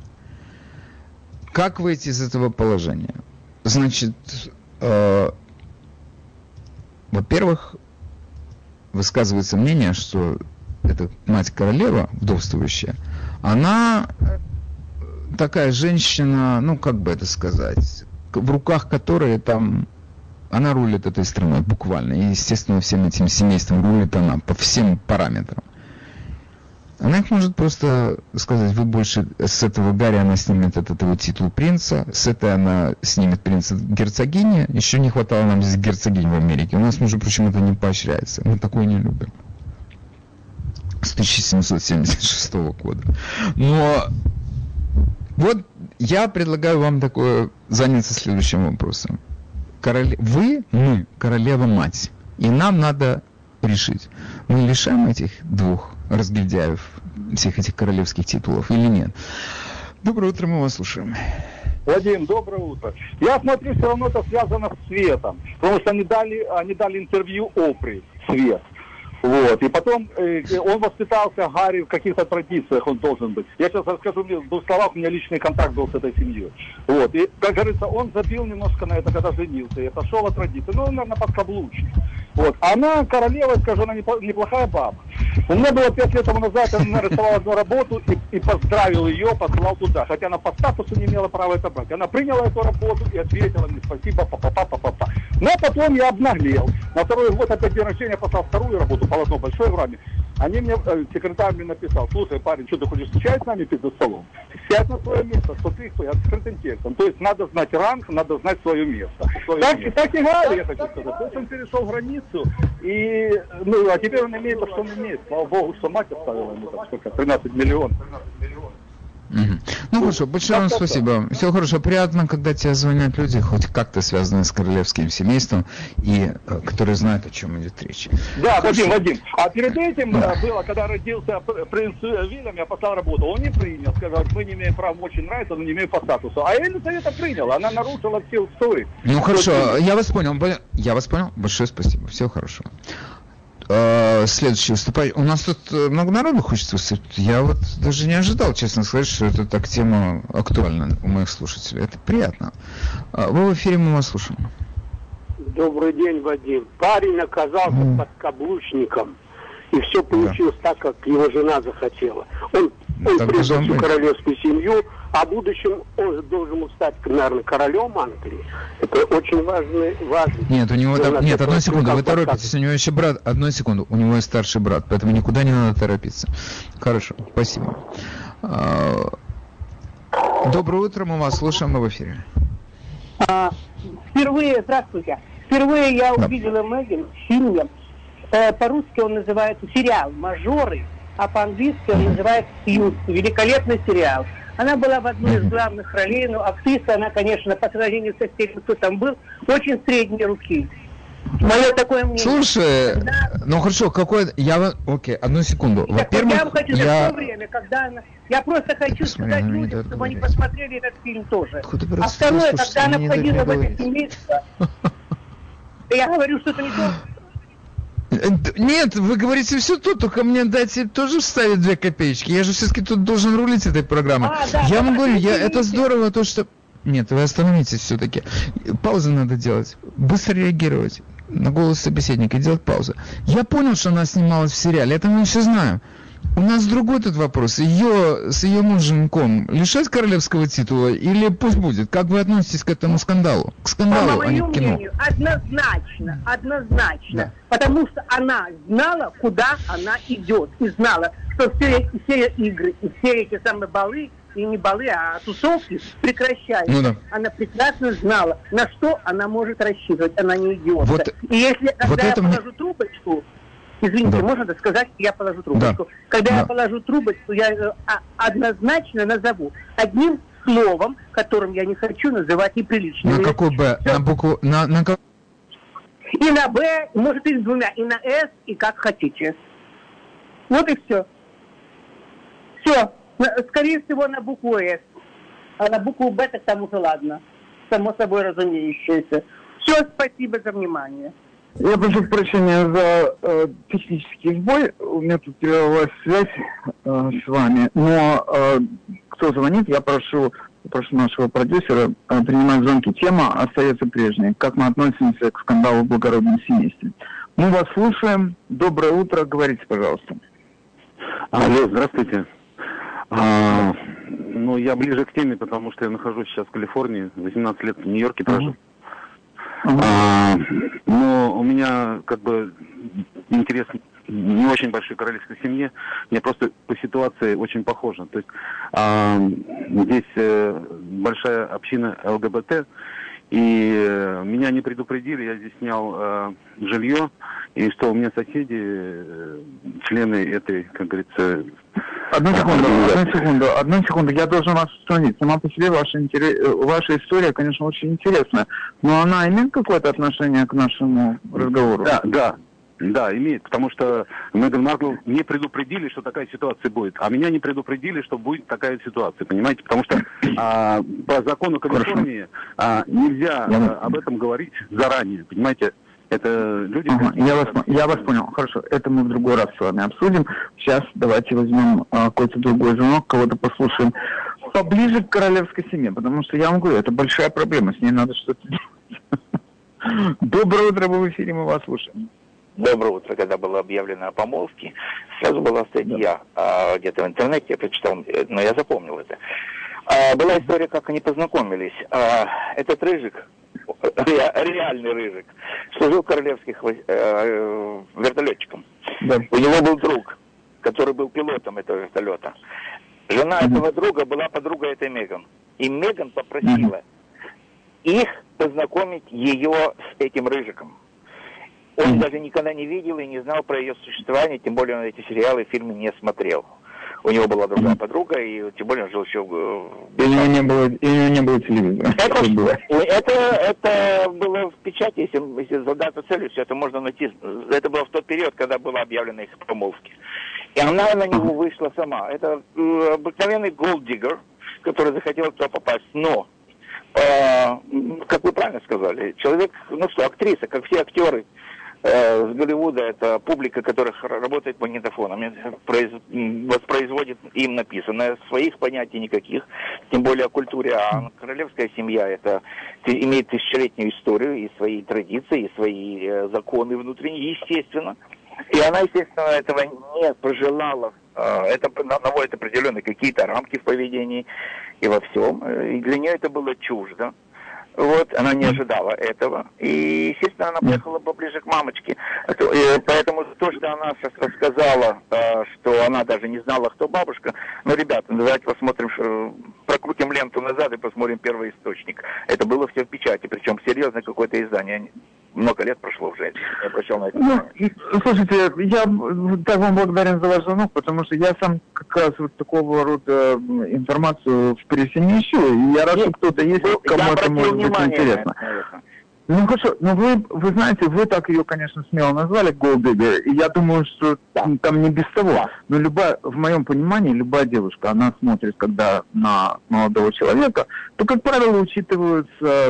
Как выйти из этого положения? Значит, э, во-первых, высказывается мнение, что эта мать королева, вдовствующая, она такая женщина, ну как бы это сказать, в руках которой там она рулит этой страной буквально. И, естественно, всем этим семейством рулит она по всем параметрам. Она их может просто сказать, вы больше с этого Гарри она снимет этот его титул принца, с этой она снимет принца герцогини. Еще не хватало нам здесь герцогинь в Америке. У нас, между прочим, это не поощряется. Мы такое не любим. С тысяча семьсот семьдесят шестого года. Но вот я предлагаю вам такое заняться следующим вопросом. Короле... Вы, мы, королева-мать. И нам надо решить, мы лишаем этих двух разгильдяев всех этих королевских титулов или нет. Доброе утро, мы вас слушаем. Вадим, доброе утро. Я смотрю, все равно это связано с Светом, потому что они дали, они дали интервью Опри, Свет. Вот. И потом э, он воспитался, Гарри, в каких-то традициях он должен быть. Я сейчас расскажу, мне, в двух словах, у меня личный контакт был с этой семьей. Вот. И, как говорится, он забил немножко на это, когда женился, и отошел от традиции. Ну, он, наверное, подкаблучник. Вот. А она королева, скажу, она неплохая баба. У меня было пять лет тому назад, я нарисовал одну работу и, и поздравил ее, послал туда. Хотя она по статусу не имела права это брать. Она приняла эту работу и ответила мне спасибо, па-па-па-па-па. Но потом я обнаглел. На второй год опять день рождения послал вторую работу, полотно большое в раме. Они мне, э, секретарь мне написал: слушай, парень, что ты хочешь встречать с нами перед столом? Сядь на свое место, что ты кто, открытым текстом. То есть надо знать ранг, надо знать свое место. Свое так, место. Так и говорю, я хочу сказать. То есть он перешел границу, и, ну, а теперь он имеет то, что он имеет. Слава богу, что мать оставила ему, так сколько, тринадцать миллионов. Угу. Ну хорошо, большое вам спасибо. Всего хорошего. Приятно, когда тебе звонят люди, хоть как-то связанные с королевским семейством, и э, которые знают, о чем идет речь. Да, Вадим, Вадим. А перед этим да. было, когда родился принц Вильям, я послал работу. Он не принял, сказал, мы не имеем права, очень нравится, но не имеем по статусу. А Елизавета приняла, она нарушила все устои. Ну хорошо, я вас понял. Я вас понял. Большое спасибо. Всего хорошего. Следующий выступай. У нас тут много народу хочет выступить. Я вот даже не ожидал, честно сказать, что это так тема актуальна у моих слушателей. Это приятно. Вы в эфире, мы вас слушаем. Добрый день, Вадим. Парень оказался mm. подкаблучником. И все получилось да. так, как его жена захотела. Он, он предал всю королевскую семью, а в будущем он должен стать, наверное, королем Англии. Это очень важный, важный. Нет, у него там, нет, одну секунду, вы торопитесь, у него еще брат, одну секунду, у него есть старший брат, поэтому никуда не надо торопиться. Хорошо, спасибо. Доброе утро, мы вас слушаем, мы в эфире. А, впервые, здравствуйте, впервые я да. увидела Меган в фильме. По-русски он называется сериал «Мажоры», а по-английски он называется «Сьюз». Великолепный сериал. Она была в одной из главных ролей, но актриса, она, конечно, по сравнению со всеми, кто там был, очень средней руки. Мое такое мнение. Слушай, когда... ну хорошо, какое... Я... Окей, одну секунду. Во-первых, я вам хочу я... за то время, когда она... Я просто хочу Посмотри, сказать людям, чтобы говорить. Они посмотрели этот фильм тоже. А второе, когда она входила в это семейство, я говорю, что это не то... Нет, вы говорите все то, только мне дайте тоже вставить две копеечки. Я же все-таки тут должен рулить этой программой. А, да, я вам говорю, я, это здорово, то, что... Нет, вы остановитесь все-таки. Паузы надо делать. Быстро реагировать на голос собеседника и делать паузу. Я понял, что она снималась в сериале, это мы все знаем. У нас другой тут вопрос. Ее с ее муженьком лишать королевского титула или пусть будет? Как вы относитесь к этому скандалу? К скандалу, а не к кино? Мнению, однозначно, однозначно. Да. Потому что она знала, куда она идет. И знала, что все, все игры и все эти самые балы, и не балы, а тусовки прекращаются. Ну, да. Она прекрасно знала, на что она может рассчитывать. Она не идиотка. Вот, и если, когда вот я положу мне... трубочку... Извините, да. можно сказать, я положу трубочку. Да. Когда да. я положу трубочку, я однозначно назову одним словом, которым я не хочу называть неприличным. На какую Б? На букву... На, на... И на Б, может и с двумя, и на С, и как хотите. Вот и все. Все. Скорее всего, на букву С. А на букву Б так там уже ладно. Само собой разумеющееся. Все, спасибо за внимание. Я прошу прощения за э, технический сбой. У меня тут прервалась связь э, с вами. Но э, кто звонит, я прошу, прошу нашего продюсера э, принимать звонки. Тема остается прежней. Как мы относимся к скандалу в благородном семействе. Мы вас слушаем. Доброе утро. Говорите, пожалуйста. Алло, здравствуйте. А, ну, я ближе к теме, потому что я нахожусь сейчас в Калифорнии. восемнадцать лет в Нью-Йорке прожил. Uh-huh. А, но у меня как бы интерес не очень большой к королевской семье. Мне просто по ситуации очень похоже. То есть а, здесь э, большая община ЛГБТ, и э, меня не предупредили, я здесь снял э, жилье, и что у меня соседи, э, члены этой, как говорится... Одну секунду, одну секунду, одну секунду, я должен вас остановить. Сама по себе ваша, интерес, ваша история, конечно, очень интересная, но она имеет какое-то отношение к нашему разговору? Да, да, Да, имеет, потому что Меган Маркл не предупредили, что такая ситуация будет, а меня не предупредили, что будет такая ситуация, понимаете? Потому что а, по закону Калифорнии а, нельзя а, об этом говорить заранее, понимаете? Это люди... Ага, я, вас, я вас понял. Хорошо, это мы в другой раз с вами обсудим. Сейчас давайте возьмем а, какой-то другой звонок, кого-то послушаем поближе к королевской семье, потому что я вам говорю, это большая проблема, с ней надо что-то делать. Доброе утро, вы в эфире, мы вас слушаем. Доброе утро. Когда было объявлено о помолвке, сразу была статья а, где-то в интернете, я прочитал, но я запомнил это. А, была история, как они познакомились. А, этот Рыжик, ре, реальный Рыжик, служил королевских э, вертолетчиком. Да. У него был друг, который был пилотом этого вертолета. Жена mm-hmm. этого друга была подругой этой Меган. И Меган попросила mm-hmm. их познакомить ее с этим Рыжиком. Он mm-hmm. даже никогда не видел и не знал про ее существование, тем более он эти сериалы и фильмы не смотрел. У него была другая mm-hmm. подруга, и тем более он жил еще в... И у него не было, и у него не было телевизора. Это, было. Это, это было в печати, если, если задаться целью, все это можно найти. Это было в тот период, когда была объявлена их помолвки. И она на него вышла сама. Это э, обыкновенный голддиггер, который захотел туда попасть. Но, э, как вы правильно сказали, человек, ну что, актриса, как все актеры э, с Голливуда, это публика, которая работает магнитофоном, произ, воспроизводит им написанное, своих понятий никаких, тем более о культуре. А королевская семья это имеет тысячелетнюю историю, и свои традиции, и свои э, законы внутренние, естественно. И она, естественно, этого не пожелала. Это наводит определенные какие-то рамки в поведении и во всем. И для нее это было чуждо. Вот, она не ожидала этого. И, естественно, она поехала поближе к мамочке. Поэтому то, что она сейчас рассказала, что она даже не знала, кто бабушка. Ну, ребята, давайте посмотрим, прокрутим ленту назад и посмотрим первый источник. Это было все в печати, причем серьезное какое-то издание. Много лет прошло уже, я обращал на это. Ну, слушайте, я так вам благодарен за ваш звонок, потому что я сам как раз вот такого рода информацию в прессе не ищу, и я рад, что кто-то есть, кому это может быть интересно. Ну хорошо, но вы, вы знаете, вы так ее, конечно, смело назвали, голддиггер, и я думаю, что да. там не без того. Да. Но любая, в моем понимании, любая девушка, она смотрит, когда на молодого человека, то, как правило, учитываются,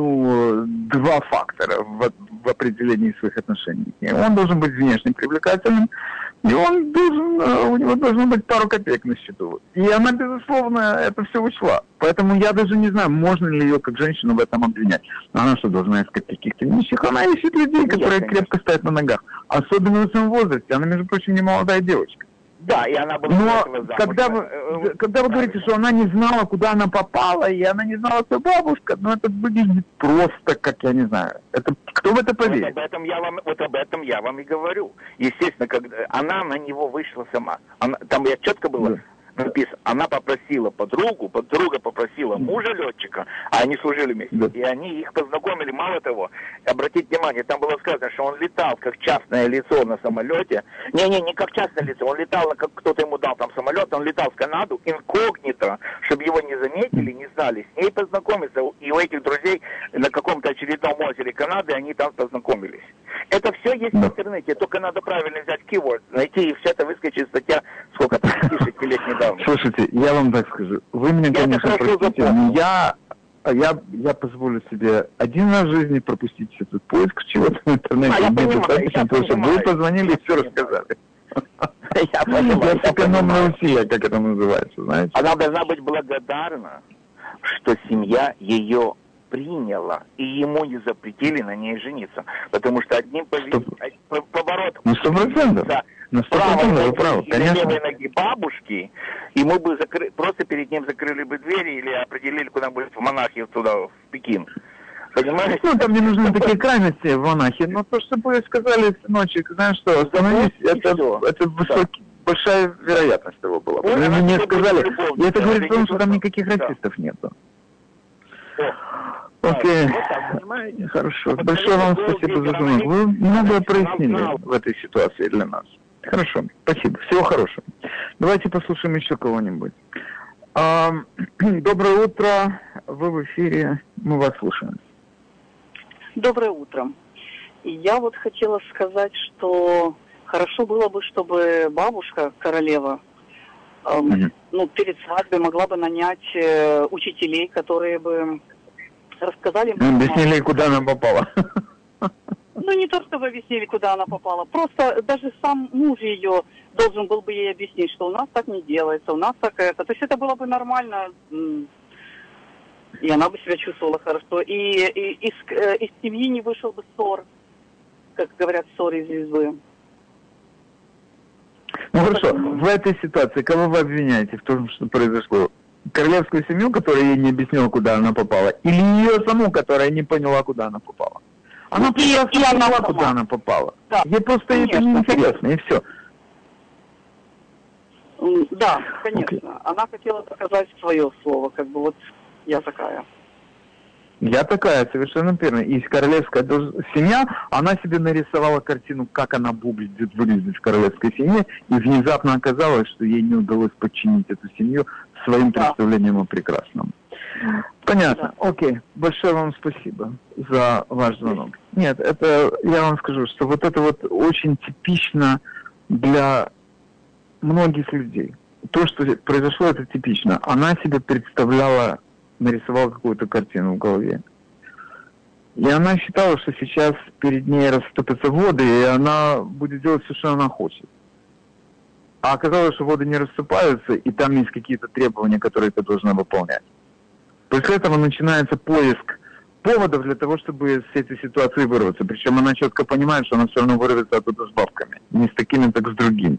ну, два фактора в, в определении своих отношений. Он должен быть внешне привлекательным, и он должен, у него должно быть пару копеек на счету. И она, безусловно, это все учла. Поэтому я даже не знаю, можно ли ее как женщину в этом обвинять. Она что, должна искать каких-то нищих? Она ищет людей, которые Нет, крепко стоят на ногах. Особенно в своем возрасте. Она, между прочим, не молодая девочка. Да, и она была... Но когда вы, когда вы говорите, что она не знала, куда она попала, и она не знала, кто бабушка, ну это выглядит просто, как я не знаю. Это, кто в это поверит? Вот об этом я вам, вот об этом я вам и говорю. Естественно, когда она на него вышла сама. Она, там я четко было... Да. Написано, она попросила подругу, подруга попросила мужа летчика, а они служили вместе. Да. И они их познакомили, мало того, обратите внимание, там было сказано, что он летал как частное лицо на самолете. Не-не, не как частное лицо, он летал, как кто-то ему дал там самолет, он летал в Канаду инкогнито, чтобы его не заметили, не знали, с ней познакомиться. И у этих друзей на каком-то очередном озере Канады они там познакомились. Это все есть в интернете, только надо правильно взять keyword, найти, и все это выскочит статья, сколько там, десятилетней давности. Слушайте, я вам так скажу, вы меня, я конечно, простите, но я, я, я позволю себе один раз в жизни пропустить этот поиск чего-то в интернете, а, мне достаточно того, чтобы вы позвонили и все рассказали. Я сэкономлю усилия, как это называется, знаете. Она должна быть благодарна, что семья ее приняла, и ему не запретили на ней жениться. Потому что одним поворотом... Ну, сто процентов. Ну, сто процентов, вы правы, конечно. Левой ноги бабушки, и мы бы закры... просто перед ним закрыли бы двери или определили, куда будет в монахи туда, в Пекин. Понимаете? Ну, там не нужны такие крайности в монахи. Но то, что вы сказали, сыночек, знаешь что, остановись, это, это высокий... Да. Большая вероятность того была. Вы мне сказали, и это говорит о том, что там никаких расистов нету. Окей, okay. Хорошо. Большое вам спасибо за звонок. Вы многое прояснили в этой ситуации для нас. Хорошо, спасибо. Всего хорошего. Давайте послушаем еще кого-нибудь. А, доброе утро. Вы в эфире. Мы вас слушаем. Доброе утро. И я вот хотела сказать, что хорошо было бы, чтобы бабушка, королева, эм, mm-hmm. ну, перед свадьбой могла бы нанять э, учителей, которые бы рассказали... Ну, объяснили, куда она попала. Ну, не то, чтобы объяснили, куда она попала. Просто даже сам муж ее должен был бы ей объяснить, что у нас так не делается, у нас так это. То есть это было бы нормально, и она бы себя чувствовала хорошо. И, и из, из семьи не вышел бы ссор, как говорят, ссор из избы. Ну хорошо, в этой ситуации кого вы обвиняете в том, что произошло? Королевскую семью, которая ей не объяснила, куда она попала, или ее саму, которая не поняла, куда она попала? Она ну, прекрасно не поняла, куда она попала. Да. Ей просто конечно, это неинтересно, и все. Да, конечно. Okay. Она хотела показать свое слово, как бы вот я такая. Я такая, совершенно верно. И королевская семья, она себе нарисовала картину, как она будет выглядеть в королевской семье, и внезапно оказалось, что ей не удалось подчинить эту семью своим да. представлением о прекрасном. Понятно. Да. Окей. Большое вам спасибо за ваш звонок. Нет, это, я вам скажу, что вот это вот очень типично для многих людей. То, что произошло, это типично. Она себе представляла, нарисовала какую-то картину в голове. И она считала, что сейчас перед ней расступятся воды, и она будет делать все, что она хочет. А оказалось, что воды не расступаются, и там есть какие-то требования, которые ты должна выполнять. После этого начинается поиск поводов для того, чтобы с этой ситуации вырваться. Причем она четко понимает, что она все равно вырвется оттуда с бабками. Не с такими, так с другими.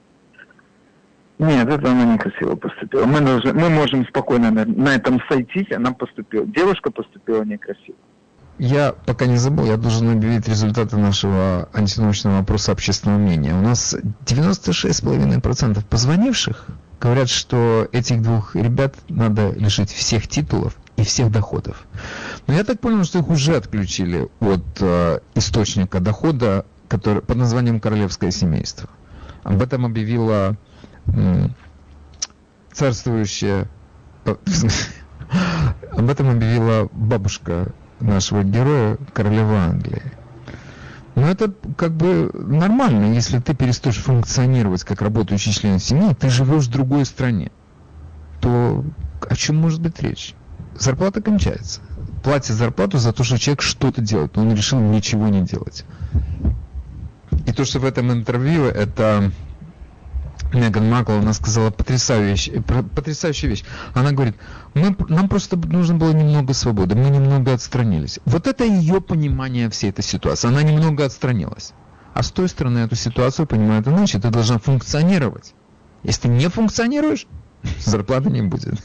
Нет, это она некрасиво поступила. Мы, должны, мы можем спокойно на, на этом сойтись, она поступила. Девушка поступила некрасиво. Я пока не забыл, я должен объявить результаты нашего антинаучного опроса общественного мнения. У нас девяносто шесть целых пять десятых процента позвонивших говорят, что этих двух ребят надо лишить всех титулов и всех доходов. Но я так понял, что их уже отключили от э, источника дохода, который, под названием «Королевское семейство». Об этом объявила м, царствующая... Об этом объявила бабушка нашего героя, королева Англии. Но это как бы нормально, если ты перестаешь функционировать как работающий член семьи, ты живешь в другой стране, то о чем может быть речь? Зарплата кончается. Платят зарплату за то, что человек что-то делает, но он решил ничего не делать. И то, что в этом интервью, это Меган Маркл, она сказала потрясающую, потрясающую вещь. Она говорит, мы, нам просто нужно было немного свободы, мы немного отстранились. Вот это ее понимание всей этой ситуации. Она немного отстранилась. А с той стороны эту ситуацию понимают иначе. Ты должна функционировать. Если ты не функционируешь, зарплаты не будет.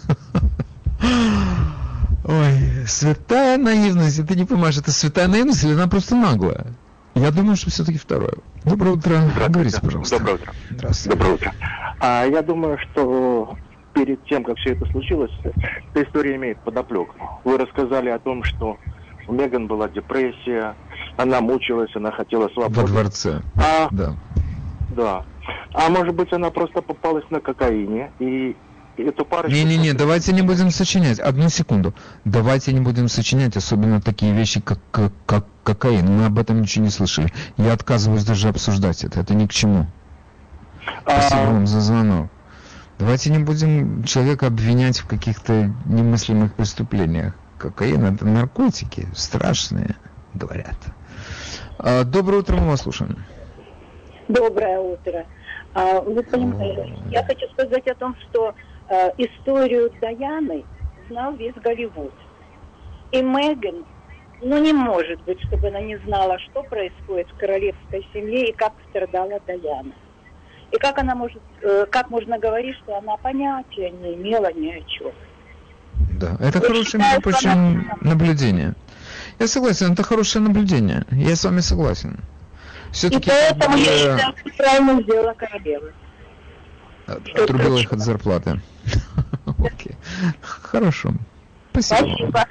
Ой, святая наивность. Если ты не понимаешь, это святая наивность или она просто наглая? Я думаю, что все-таки второе. Доброе утро. Говорите, пожалуйста. Доброе утро. Здравствуйте. Доброе утро. А, я думаю, что перед тем, как все это случилось, эта история имеет подоплеку. Вы рассказали о том, что у Меган была депрессия, она мучилась, она хотела свободы. Во дворце. А, да. Да. А может быть, она просто попалась на кокаине и... Эту парочку... Не-не-не, давайте не будем сочинять. Одну секунду. Давайте не будем сочинять, особенно такие вещи, как, как, как кокаин. Мы об этом ничего не слышали. Я отказываюсь даже обсуждать это. Это ни к чему. Спасибо а... вам за звонок. Давайте не будем человека обвинять в каких-то немыслимых преступлениях. Кокаин — это наркотики. Страшные, говорят. А, доброе утро, мы вас слушаем. Доброе утро. А, вы понимаете, я хочу сказать о том, что а, историю Даяны знал весь Голливуд. И Меган, ну не может быть, чтобы она не знала, что происходит в королевской семье и как страдала Даяна. И как она может, э, как можно говорить, что она понятия не имела ни о чем. Да, это хорошее, между прочим, наблюдение. Я согласен, это хорошее наблюдение. Я с вами согласен. Все-таки, и поэтому я считаю, что правильно сделала королева. Отрубила их от зарплаты. Окей. Хорошо. Спасибо. Спасибо.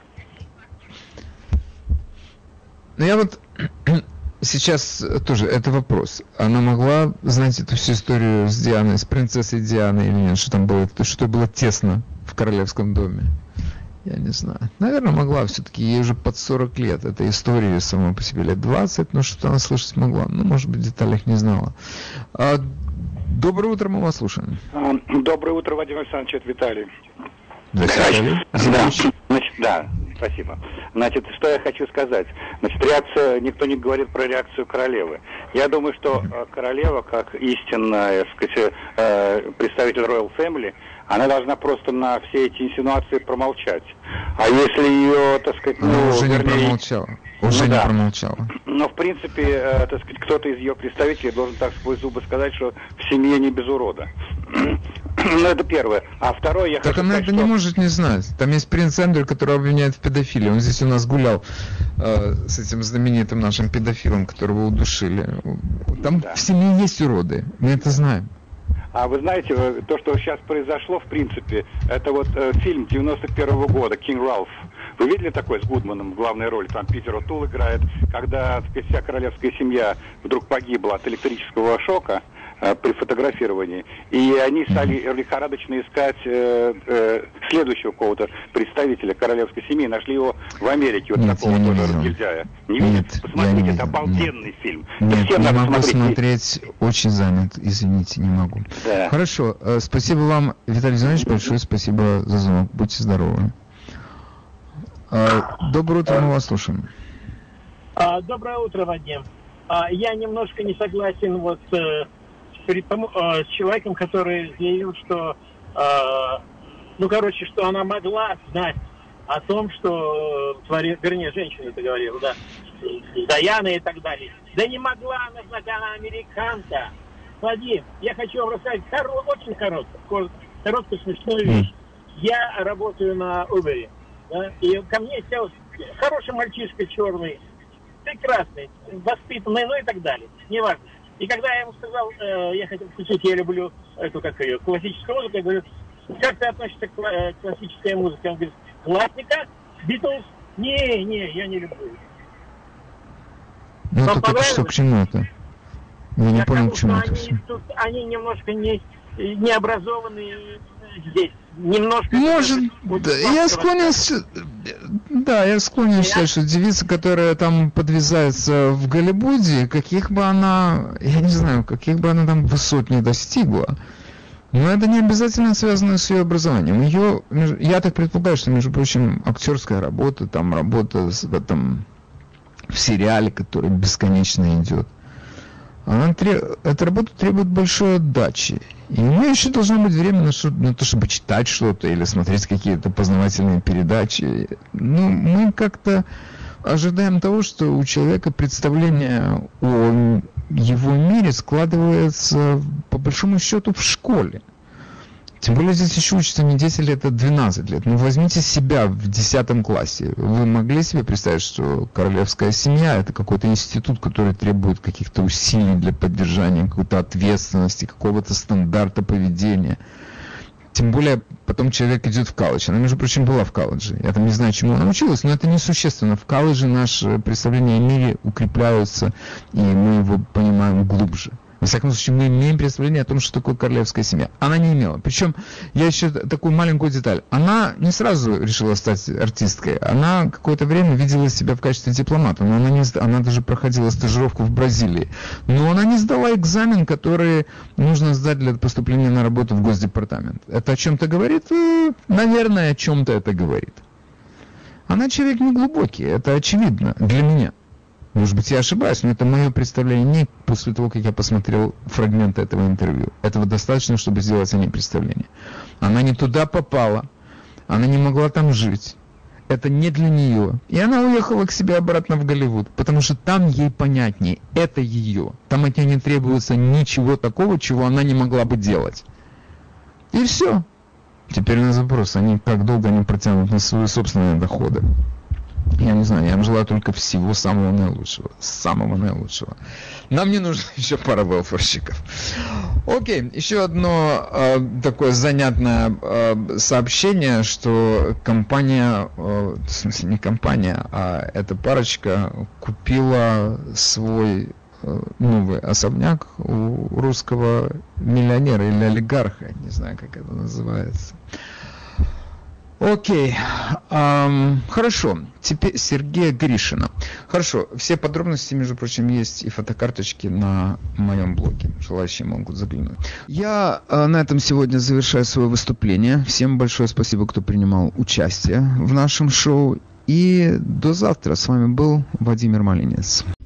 Ну я вот сейчас тоже, это вопрос. Она могла знать эту всю историю с Дианой, с принцессой Дианой или нет, что там было, что было тесно в королевском доме? Я не знаю. Наверное, могла все-таки. Ей уже под сорок лет. Этой истории самой по себе лет двадцать, но что-то она слышать могла. Ну, может быть, в деталях не знала. А, доброе утро, мы вас слушаем. Доброе утро, Вадим Александрович, это Виталий. Виталий. Да. Значит, да, спасибо. Значит, что я хочу сказать. Значит, реакция, никто не говорит про реакцию королевы. Я думаю, что королева, как истинная, так сказать, представитель Royal Family, она должна просто на все эти инсинуации промолчать. А если ее, так сказать, ну, она уже вернее, не промолчала. Уже ну, не да. промолчала. Но, в принципе, э, так сказать, кто-то из ее представителей должен так сквозь зубы сказать, что в семье не без урода. Ну, это первое. А второе, я так хочу она сказать, это что... не может не знать. Там есть принц Эндрю, который обвиняет в педофилии. Он здесь у нас гулял э, с этим знаменитым нашим педофилом, которого удушили. Там да. в семье есть уроды. Мы это знаем. А вы знаете, то, что сейчас произошло, в принципе, это вот э, фильм девяносто первого года «Кинг Ральф». Вы видели такой с Гудманом в главной роли? Там Питер О'Тул играет, когда, так сказать, вся королевская семья вдруг погибла от электрического шока э, при фотографировании. И они стали лихорадочно искать э, э, следующего какого-то представителя королевской семьи. Нашли его в Америке, вот Нет, такого я не тоже видел. разгильдяя. Не видите? Нет, Посмотрите, не это обалденный Нет. фильм. Нет, Всем не надо могу смотреть. смотреть, очень занят, извините, не могу. Да. Хорошо, спасибо вам, Виталий Зинович, большое спасибо за звонок, будьте здоровы. Доброе утро, мы вас слушаем. Доброе утро, Вадим. Я немножко не согласен вот с, с человеком, который заявил, что, ну, короче, что она могла знать о том, что, вернее, женщина это говорила, да, Даяна и так далее. Да не могла она знать, она американка. Вадим, я хочу вам рассказать хоро- очень короткую, короткую смешную вещь. Я работаю на Uber, да, и ко мне сел хороший мальчишка черный, прекрасный, воспитанный, ну и так далее, неважно. И когда я ему сказал, э, я хотел включить, я люблю эту, как ее, классическую музыку, я говорю, как ты относишься к кла- классической музыке? Он говорит, классика, Битлз? Не, не, я не люблю. Ну, это так что, к чему это? Я не понял, к чему это они, все. тут, они немножко не, не образованы здесь. Немножко... Может, да, я склонен... Да, я склонен считать, что девица, которая там подвязается в Голливуде, каких бы она, я не знаю, каких бы она там высот не достигла, но это не обязательно связано с ее образованием. Ее, я так предполагаю, что, между прочим, актерская работа, там работа в этом, в сериале, который бесконечно идет, она треб... эта работа требует большой отдачи. И у меня еще должно быть время на, что... на то, чтобы читать что-то или смотреть какие-то познавательные передачи. Ну, мы как-то ожидаем того, что у человека представление о его мире складывается, по большому счету, в школе. Тем более здесь еще учатся не десять лет, а двенадцать лет. Ну, возьмите себя в десятом классе. Вы могли себе представить, что королевская семья – это какой-то институт, который требует каких-то усилий для поддержания какой-то ответственности, какого-то стандарта поведения. Тем более, потом человек идет в колледж. Она, между прочим, была в колледже. Я там не знаю, чему она училась, но это несущественно. В колледже наши представления о мире укрепляются, и мы его понимаем глубже. Во всяком случае, мы имеем представление о том, что такое королевская семья. Она не имела. Причем, я еще такую маленькую деталь. Она не сразу решила стать артисткой. Она какое-то время видела себя в качестве дипломата. Но она, не, она даже проходила стажировку в Бразилии. Но она не сдала экзамен, который нужно сдать для поступления на работу в Госдепартамент. Это о чем-то говорит? Наверное, о чем-то это говорит. Она человек неглубокий. Это очевидно для меня. Может быть, я ошибаюсь, но это мое представление не после того, как я посмотрел фрагменты этого интервью. Этого достаточно, чтобы сделать о ней представление. Она не туда попала, она не могла там жить. Это не для нее. И она уехала к себе обратно в Голливуд, потому что там ей понятнее. Это ее. Там от нее не требуется ничего такого, чего она не могла бы делать. И все. Теперь на вопрос, они, как долго они протянут на свои собственные доходы. Я не знаю, я вам желаю только всего самого наилучшего. Самого наилучшего. Нам не нужно еще пара велфорщиков. Окей, еще одно э, такое занятное э, сообщение, что компания, э, в смысле не компания, а эта парочка купила свой э, новый особняк у русского миллионера или олигарха, не знаю, как это называется. Окей. Um, хорошо. Теперь Сергея Гришина. Хорошо. Все подробности, между прочим, есть и фотокарточки на моем блоге. Желающие могут заглянуть. Я uh, на этом сегодня завершаю свое выступление. Всем большое спасибо, кто принимал участие в нашем шоу. И до завтра. С вами был Владимир Малинец.